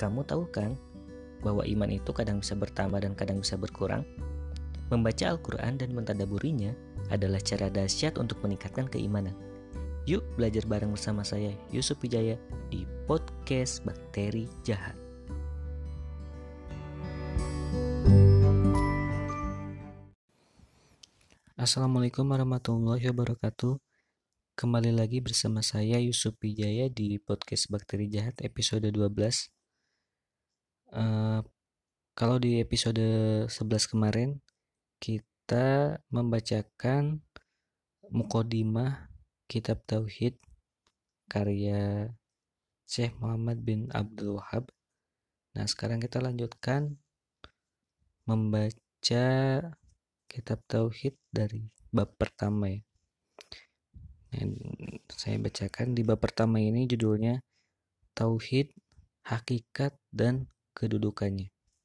Kamu tahu kan bahwa iman itu kadang bisa bertambah dan kadang bisa berkurang? Membaca Al-Quran dan mentadaburinya adalah cara dahsyat untuk meningkatkan keimanan. Yuk belajar bareng bersama saya, Yusuf Wijaya, di podcast Bakteri Jahat. Assalamualaikum warahmatullahi wabarakatuh. Kembali lagi bersama saya, Yusuf Wijaya, di podcast Bakteri Jahat episode 12. Kalau di episode 11 kemarin, kita membacakan Muqaddimah Kitab Tauhid karya Syekh Muhammad bin Abdul Wahab. Nah, sekarang kita lanjutkan membaca Kitab Tauhid dari bab pertama ya. Dan saya bacakan di bab pertama ini judulnya Tauhid, Hakikat, dan Kedudukannya.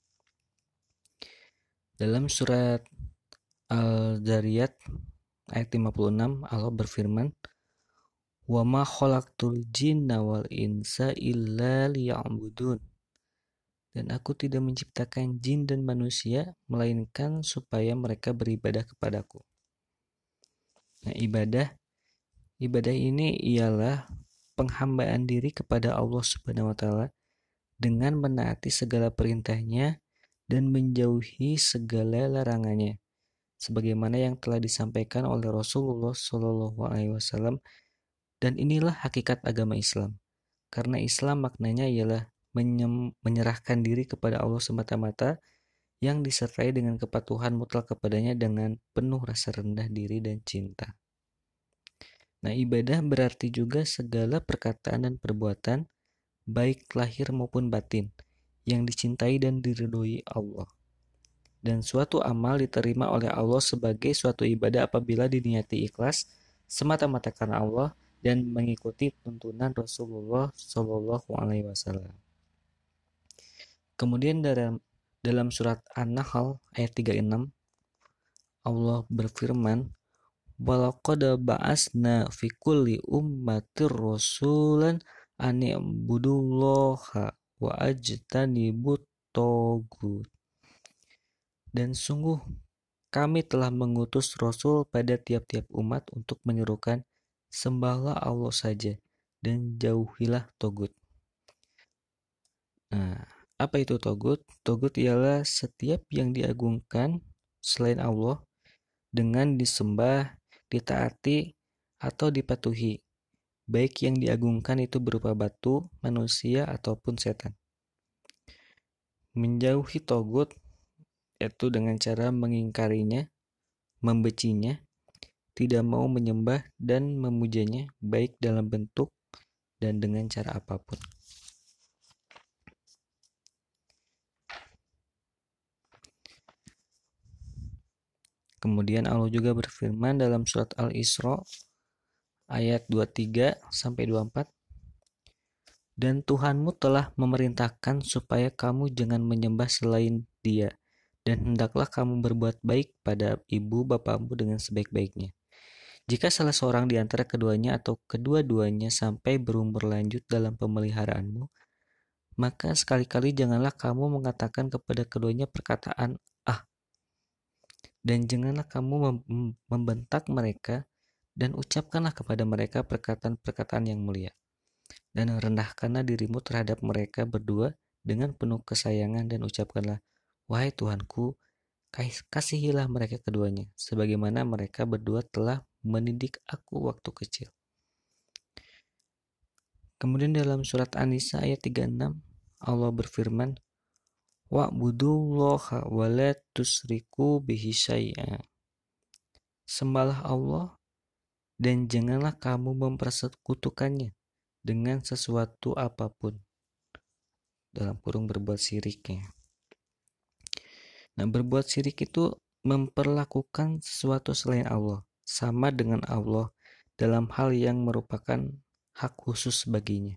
Dalam surat Al-Zariyat ayat 56 Allah berfirman, "Wa ma khalaqtul jinna wal insa illa liya'budun." Dan aku tidak menciptakan jin dan manusia melainkan supaya mereka beribadah kepadaku. Nah, ibadah ini ialah penghambaan diri kepada Allah Subhanahu wa taala dengan menaati segala perintahnya dan menjauhi segala larangannya, sebagaimana yang telah disampaikan oleh Rasulullah SAW. Dan inilah hakikat agama Islam, karena Islam maknanya ialah menyerahkan diri kepada Allah semata-mata yang disertai dengan kepatuhan mutlak kepadanya dengan penuh rasa rendah diri dan cinta. Nah, ibadah berarti juga segala perkataan dan perbuatan, baik lahir maupun batin, yang dicintai dan diridhoi Allah. Dan suatu amal diterima oleh Allah sebagai suatu ibadah apabila diniati ikhlas semata-mata karena Allah dan mengikuti tuntunan Rasulullah SAW. Kemudian dalam surat An-Nahl ayat 36 Allah berfirman, "Walaqad ba'asna fi kulli ummatir rasulan an i'budullaha wa ajtanibut taghut." Dan sungguh kami telah mengutus Rasul pada tiap-tiap umat untuk menyerukan sembahlah Allah saja dan jauhilah togut. Nah, apa itu togut? Togut ialah setiap yang diagungkan selain Allah dengan disembah, ditaati, atau dipatuhi. Baik yang diagungkan itu berupa batu, manusia, ataupun setan. Menjauhi togut yaitu dengan cara mengingkarinya, membencinya, tidak mau menyembah dan memujanya baik dalam bentuk dan dengan cara apapun. Kemudian Allah juga berfirman dalam surat Al-Isra ayat 23 sampai 24. Dan Tuhanmu telah memerintahkan supaya kamu jangan menyembah selain Dia, dan hendaklah kamu berbuat baik pada ibu bapamu dengan sebaik-baiknya. Jika salah seorang di antara keduanya atau kedua-duanya sampai berumur lanjut dalam pemeliharaanmu, maka sekali-kali janganlah kamu mengatakan kepada keduanya perkataan "ah", dan janganlah kamu membentak mereka, dan ucapkanlah kepada mereka perkataan-perkataan yang mulia. Dan rendahkanlah dirimu terhadap mereka berdua dengan penuh kesayangan dan ucapkanlah, "Wahai Tuhanku, kasihilah mereka keduanya, sebagaimana mereka berdua telah mendidik aku waktu kecil." Kemudian dalam surat An-Nisa ayat 36, Allah berfirman, "Wa'budullaha wa la tusyriku bihi syai'a." Sembahlah Allah dan janganlah kamu mempersekutukannya dengan sesuatu apapun. Dalam kurung berbuat syiriknya. Nah, berbuat syirik itu memperlakukan sesuatu selain Allah sama dengan Allah dalam hal yang merupakan hak khusus baginya.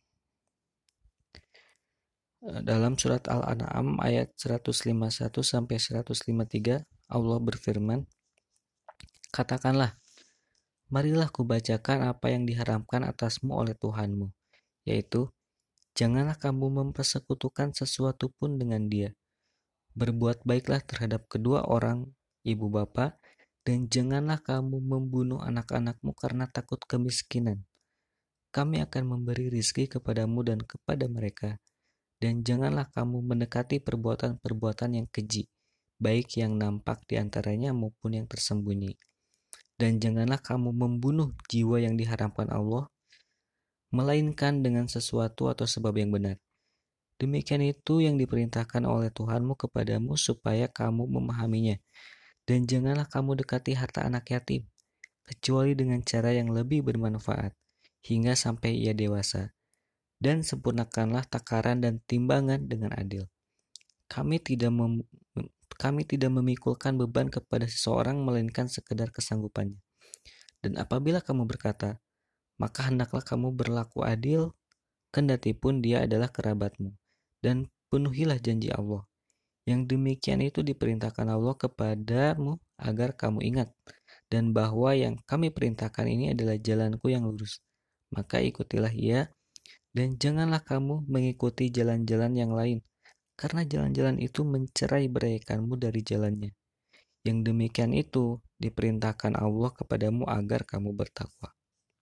Dalam surat Al-An'am ayat 151 sampai 153 Allah berfirman, "Katakanlah, marilah kubacakan apa yang diharamkan atasmu oleh Tuhanmu, yaitu Janganlah kamu mempersekutukan sesuatu pun dengan dia. Berbuat baiklah terhadap kedua orang ibu bapa, dan janganlah kamu membunuh anak-anakmu karena takut kemiskinan. Kami akan memberi rizki kepadamu dan kepada mereka. Dan janganlah kamu mendekati perbuatan-perbuatan yang keji, baik yang nampak di antaranya maupun yang tersembunyi. Dan janganlah kamu membunuh jiwa yang diharamkan Allah, melainkan dengan sesuatu atau sebab yang benar. Demikian itu yang diperintahkan oleh Tuhanmu kepadamu supaya kamu memahaminya. Dan janganlah kamu dekati harta anak yatim, kecuali dengan cara yang lebih bermanfaat, hingga sampai ia dewasa. Dan sempurnakanlah takaran dan timbangan dengan adil. Kami tidak memikulkan beban kepada seseorang melainkan sekedar kesanggupannya. Dan apabila kamu berkata, maka hendaklah kamu berlaku adil, kendati pun dia adalah kerabatmu. Dan penuhilah janji Allah. Yang demikian itu diperintahkan Allah kepadamu agar kamu ingat. Dan bahwa yang kami perintahkan ini adalah jalanku yang lurus. Maka ikutilah ia. Dan janganlah kamu mengikuti jalan-jalan yang lain, karena jalan-jalan itu mencerai beraikanmu dari jalannya. Yang demikian itu diperintahkan Allah kepadamu agar kamu bertakwa.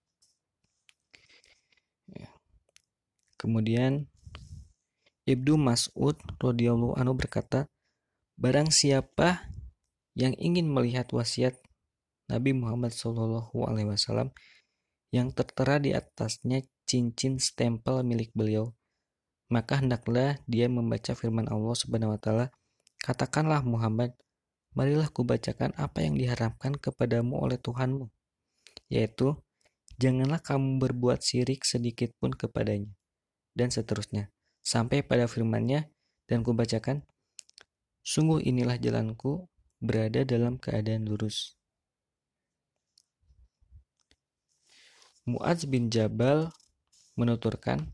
Kemudian Ibnu Mas'ud radhiyallahu anhu berkata, barang siapa yang ingin melihat wasiat Nabi Muhammad SAW yang tertera di atasnya cincin stempel milik beliau, maka hendaklah dia membaca firman Allah Subhanahu wa taala, katakanlah Muhammad, marilah kubacakan apa yang diharamkan kepadamu oleh Tuhanmu, yaitu janganlah kamu berbuat syirik sedikit pun kepadanya, dan seterusnya, sampai pada firman-Nya, dan kubacakan, sungguh inilah jalanku, berada dalam keadaan lurus. Mu'adz bin Jabal menuturkan,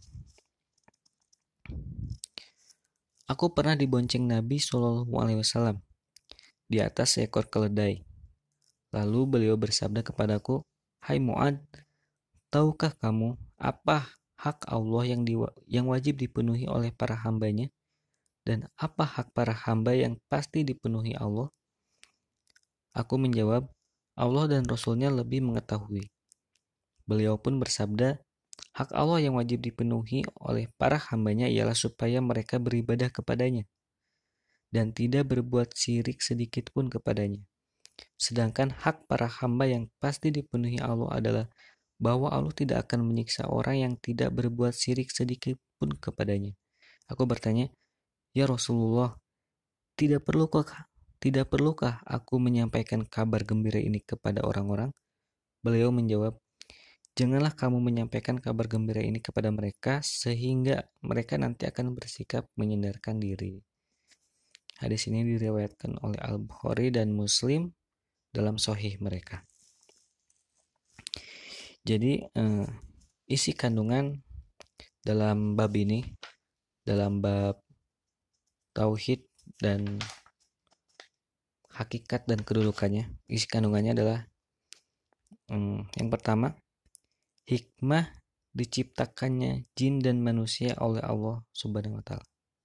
aku pernah dibonceng Nabi SAW di atas seekor keledai. Lalu beliau bersabda kepadaku, hai Mu'adz, tahukah kamu apa hak Allah yang wajib dipenuhi oleh para hambanya? Dan apa hak para hamba yang pasti dipenuhi Allah? Aku menjawab, Allah dan Rasul-Nya lebih mengetahui. Beliau pun bersabda, hak Allah yang wajib dipenuhi oleh para hambanya ialah supaya mereka beribadah kepadanya dan tidak berbuat syirik sedikit pun kepadanya. Sedangkan hak para hamba yang pasti dipenuhi Allah adalah bahwa Allah tidak akan menyiksa orang yang tidak berbuat syirik sedikit pun kepadanya. Aku bertanya, ya Rasulullah, tidak perlukah aku menyampaikan kabar gembira ini kepada orang-orang? Beliau menjawab, janganlah kamu menyampaikan kabar gembira ini kepada mereka sehingga mereka nanti akan bersikap menyandarkan diri. Hadis ini diriwayatkan oleh Al-Bukhari dan Muslim dalam Sahih mereka. Jadi isi kandungan dalam bab ini, dalam bab tauhid dan hakikat dan kedudukannya, isi kandungannya adalah yang pertama, hikmah diciptakannya jin dan manusia oleh Allah Subhanahu wa taala.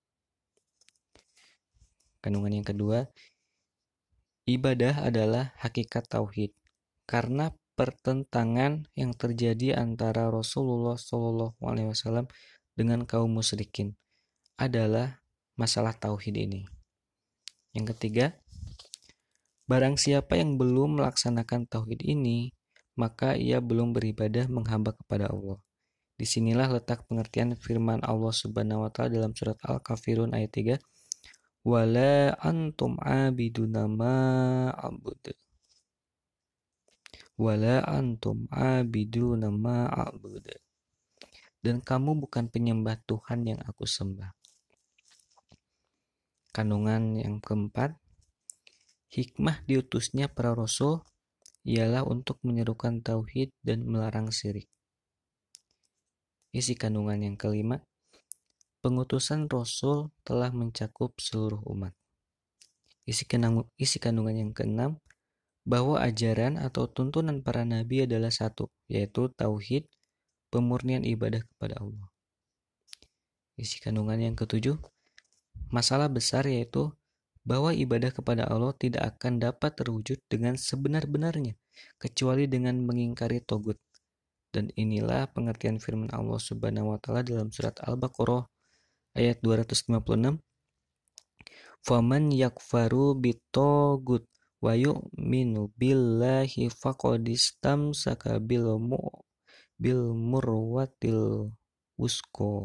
Kandungan yang kedua, ibadah adalah hakikat tauhid. Karena pertentangan yang terjadi antara Rasulullah SAW dengan kaum musyrikin adalah masalah tauhid ini. Yang ketiga, barang siapa yang belum melaksanakan tauhid ini, maka ia belum beribadah menghamba kepada Allah. Disinilah letak pengertian firman Allah Subhanahu wa taala dalam surat Al-Kafirun ayat 3, wala antum abiduna ma a'budu. Wala antum abiduna ma a'budu. Dan kamu bukan penyembah Tuhan yang aku sembah. Kandungan yang keempat, hikmah diutusnya para rasul ialah untuk menyerukan tauhid dan melarang syirik. Isi kandungan yang kelima, pengutusan rasul telah mencakup seluruh umat. Isi kandungan yang keenam, bahwa ajaran atau tuntunan para nabi adalah satu, yaitu tauhid, pemurnian ibadah kepada Allah. Isi kandungan yang ketujuh, masalah besar yaitu bahwa ibadah kepada Allah tidak akan dapat terwujud dengan sebenar-benarnya kecuali dengan mengingkari togut. Dan inilah pengertian firman Allah Subhanahu wa taala dalam surat Al-Baqarah ayat 256. Faman yakfaru bitogut wa yu'minu billahi faqad istamsaka bil murwatil wusko.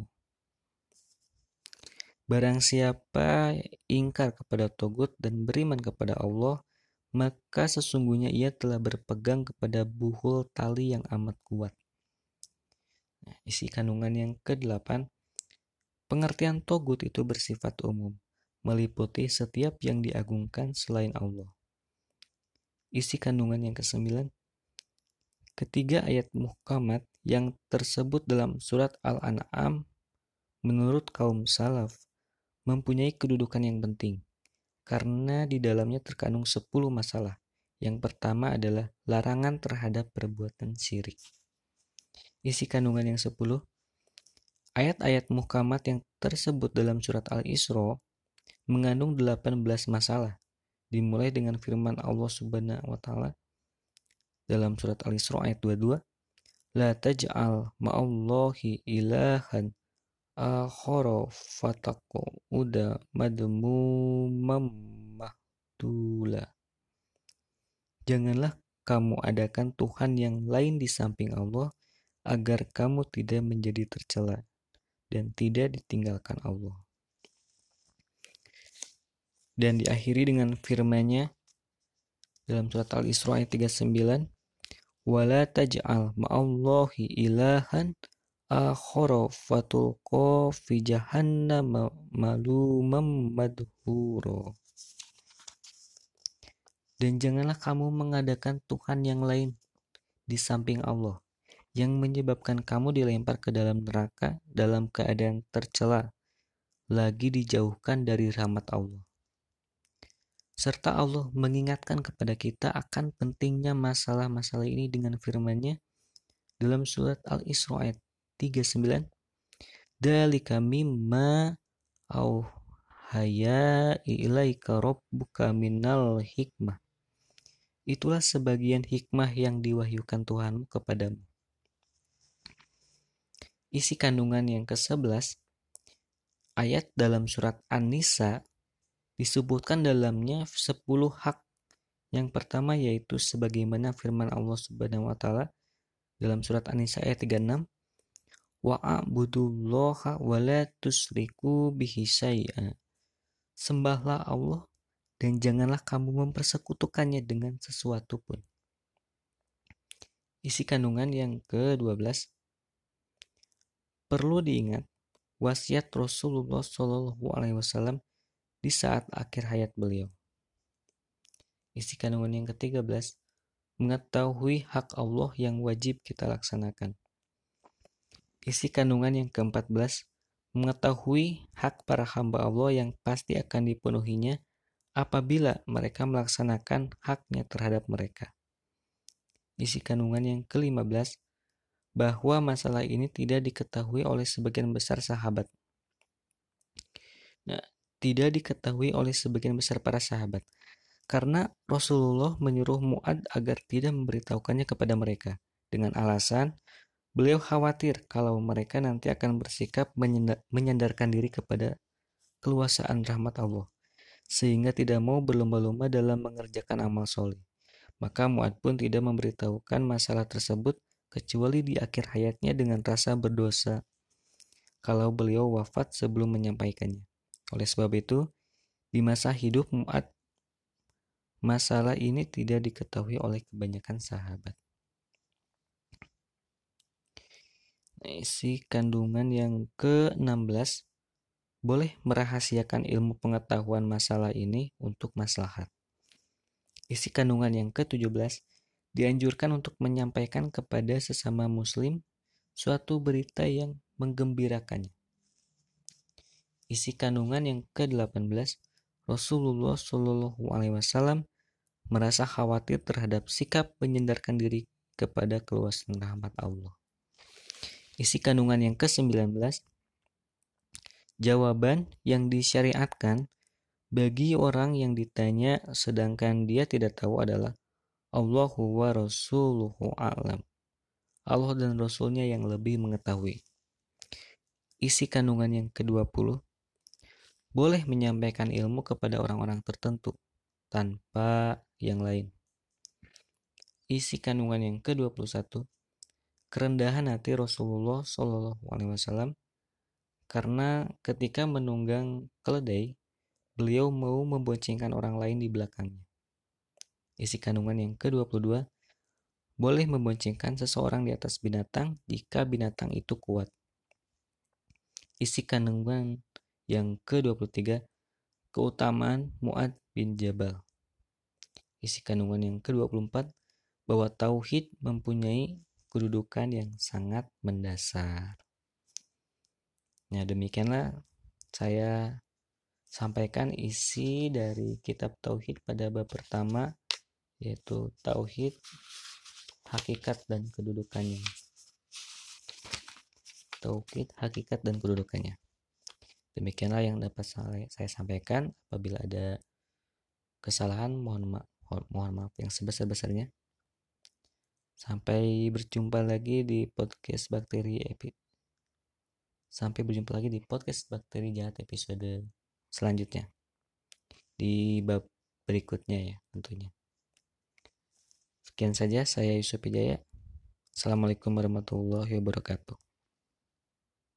Barang siapa ingkar kepada togut dan beriman kepada Allah, maka sesungguhnya ia telah berpegang kepada buhul tali yang amat kuat. Isi kandungan yang ke-8, pengertian togut itu bersifat umum, meliputi setiap yang diagungkan selain Allah. Isi kandungan yang ke-9, ketiga ayat muhkamat yang tersebut dalam surat Al-An'am menurut kaum salaf mempunyai kedudukan yang penting karena di dalamnya terkandung 10 masalah. Yang pertama adalah larangan terhadap perbuatan syirik. Isi kandungan yang 10, ayat-ayat muhkamat yang tersebut dalam surat Al-Isra mengandung 18 masalah, dimulai dengan firman Allah Subhanahu wa taala dalam surat Al-Isra ayat 22, la taj'al ma'allahi ilahan akhara fataqauda madmumam mahdula. Janganlah kamu adakan Tuhan yang lain di samping Allah agar kamu tidak menjadi tercela dan tidak ditinggalkan Allah. Dan diakhiri dengan firman-Nya dalam surat Al-Isra ayat 39, wala taj'al ma'allahi ilahan akhara fatulqa fi jahannam malumam madhura. Dan janganlah kamu mengadakan Tuhan yang lain di samping Allah yang menyebabkan kamu dilempar ke dalam neraka dalam keadaan tercela, lagi dijauhkan dari rahmat Allah. Serta Allah mengingatkan kepada kita akan pentingnya masalah-masalah ini dengan firman-Nya dalam surat Al-Isra ayat 39, dzalika mimma auhaya ilaika rabbuka minal hikmah. Itulah sebagian hikmah yang diwahyukan Tuhanmu kepadamu. Isi kandungan yang ke-11, ayat dalam surat An-Nisa disebutkan dalamnya 10 hak. Yang pertama yaitu sebagaimana firman Allah Subhanahu wa taala dalam surat An-Nisa ayat 36, wa'budullaha wa la tusyriku bihi syai'a. Sembahlah Allah dan janganlah kamu mempersekutukannya dengan sesuatu pun. Isi kandungan yang ke-12, perlu diingat wasiat Rasulullah SAW di saat akhir hayat beliau. Isi kandungan yang ke-13, mengetahui hak Allah yang wajib kita laksanakan. Isi kandungan yang ke-14, mengetahui hak para hamba Allah yang pasti akan dipenuhinya apabila mereka melaksanakan haknya terhadap mereka. Isi kandungan yang ke-15, bahwa masalah ini tidak diketahui oleh sebagian besar sahabat. Nah, tidak diketahui oleh sebagian besar para sahabat karena Rasulullah menyuruh Mu'ad agar tidak memberitahukannya kepada mereka dengan alasan beliau khawatir kalau mereka nanti akan bersikap menyandarkan diri kepada keluasaan rahmat Allah sehingga tidak mau berlomba-lomba dalam mengerjakan amal soleh. Maka Mu'ad pun tidak memberitahukan masalah tersebut kecuali di akhir hayatnya dengan rasa berdosa kalau beliau wafat sebelum menyampaikannya. Oleh sebab itu, di masa hidup Mu'ad, masalah ini tidak diketahui oleh kebanyakan sahabat. Isi kandungan yang ke-16, boleh merahasiakan ilmu pengetahuan masalah ini untuk maslahat. Isi kandungan yang ke-17, dianjurkan untuk menyampaikan kepada sesama muslim suatu berita yang menggembirakannya. Isi kandungan yang ke-18, Rasulullah SAW merasa khawatir terhadap sikap menyandarkan diri kepada keluasan rahmat Allah. Isi kandungan yang ke-19, Jawaban yang disyariatkan bagi orang yang ditanya sedangkan dia tidak tahu adalah Allahu wa rasuluhu a'lam. Allah dan Rasulnya yang lebih mengetahui. Isi kandungan yang ke-20, boleh menyampaikan ilmu kepada orang-orang tertentu tanpa yang lain. Isi kandungan yang ke-21, kerendahan hati Rasulullah SAW karena ketika menunggang keledai, beliau mau memboncengkan orang lain di belakangnya. Isi kandungan yang ke-22, boleh memboncengkan seseorang di atas binatang jika binatang itu kuat. Isi kandungan yang ke-23, keutamaan Mu'ad bin Jabal. Isi kandungan yang ke-24, bahwa tauhid mempunyai kedudukan yang sangat mendasar. Nah, demikianlah saya sampaikan isi dari kitab tauhid pada bab pertama, yaitu tauhid, hakikat dan kedudukannya. Tauhid, hakikat dan kedudukannya. Demikianlah yang dapat saya sampaikan. Apabila ada kesalahan, mohon maaf yang sebesar-besarnya. Sampai berjumpa lagi di podcast bakteri jahat episode selanjutnya di bab berikutnya ya tentunya. Sekian saja, saya Yusuf Hidayat. Assalamualaikum warahmatullahi wabarakatuh.